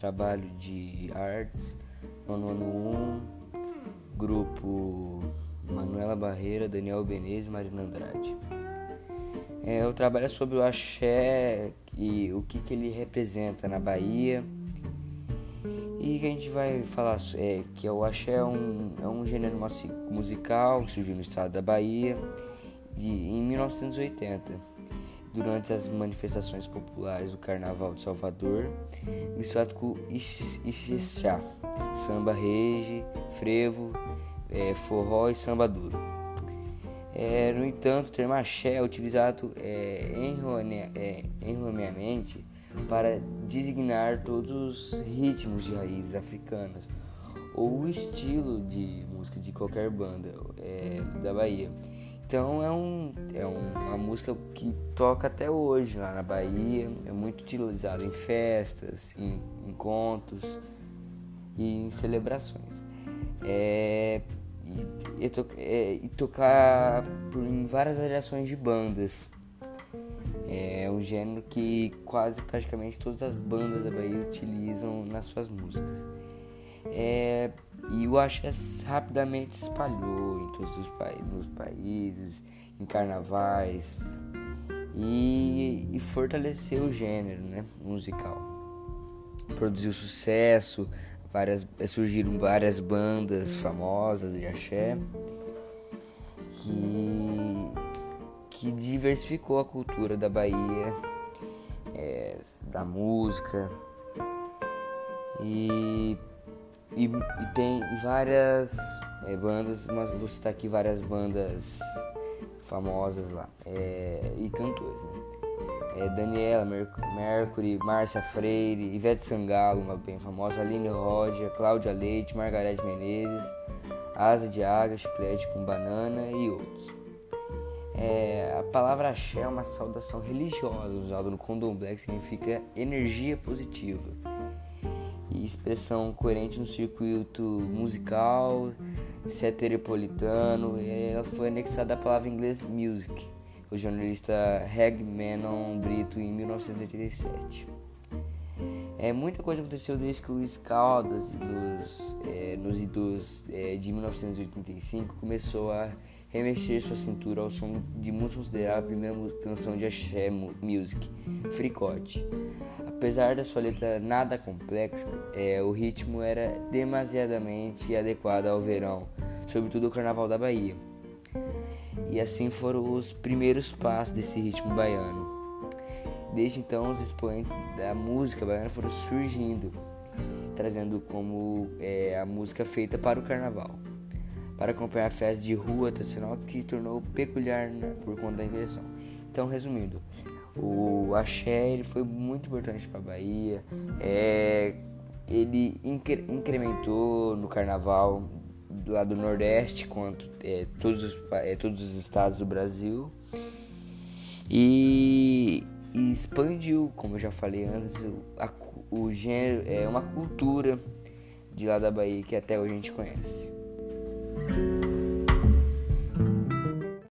trabalho de artes, nono 1, grupo Manuela Barreira, Daniel Benez e Marina Andrade. O trabalho é sobre o axé e o que ele representa na Bahia. E que a gente vai falar que o axé é um gênero musical que surgiu no estado da Bahia em 1980, durante as manifestações populares do Carnaval de Salvador, misturado com ixixá, samba rege, frevo, forró e samba duro. No entanto, o termo axé é utilizado erroneamente para designar todos os ritmos de raízes africanas ou o estilo de música de qualquer banda da Bahia. Então é uma música que toca até hoje lá na Bahia, é muito utilizada em festas, em encontros e em celebrações. E tocar em várias variações de bandas. É um gênero que praticamente todas as bandas da Bahia utilizam nas suas músicas. E o axé rapidamente se espalhou em todos nos países, em carnavais, e fortaleceu o gênero, né, musical. Produziu sucesso, surgiram várias bandas famosas de axé que diversificou a cultura da Bahia, da música, e tem várias bandas, mas vou citar aqui várias bandas famosas lá, e cantores, né? Daniela Mercury, Márcia Freire, Ivete Sangalo, uma bem famosa, Aline Rodia, Cláudia Leite, Margareth Menezes, Asa de Águia, Chiclete com Banana e outros. A palavra axé é uma saudação religiosa usada no candomblé, que significa energia positiva, e expressão coerente no circuito musical seteropolitano. Ela foi anexada à palavra em inglês music, o jornalista Reg Menon Brito, em 1987. Muita coisa aconteceu desde que o Caldas, nos idos de 1985, começou a remexer sua cintura ao som de muito considerável a primeira canção de axé music, Fricote. Apesar da sua letra nada complexa, o ritmo era demasiadamente adequado ao verão, sobretudo ao Carnaval da Bahia. E assim foram os primeiros passos desse ritmo baiano. Desde então, os expoentes da música baiana foram surgindo, trazendo como a música feita para o Carnaval, para acompanhar a festa de rua tradicional, que se tornou peculiar por conta da inversão. Então, resumindo, o axé ele foi muito importante para a Bahia. Ele incrementou no Carnaval lá do Nordeste, quanto todos os estados do Brasil, e expandiu, como eu já falei antes, o gênero, uma cultura de lá da Bahia que até hoje a gente conhece.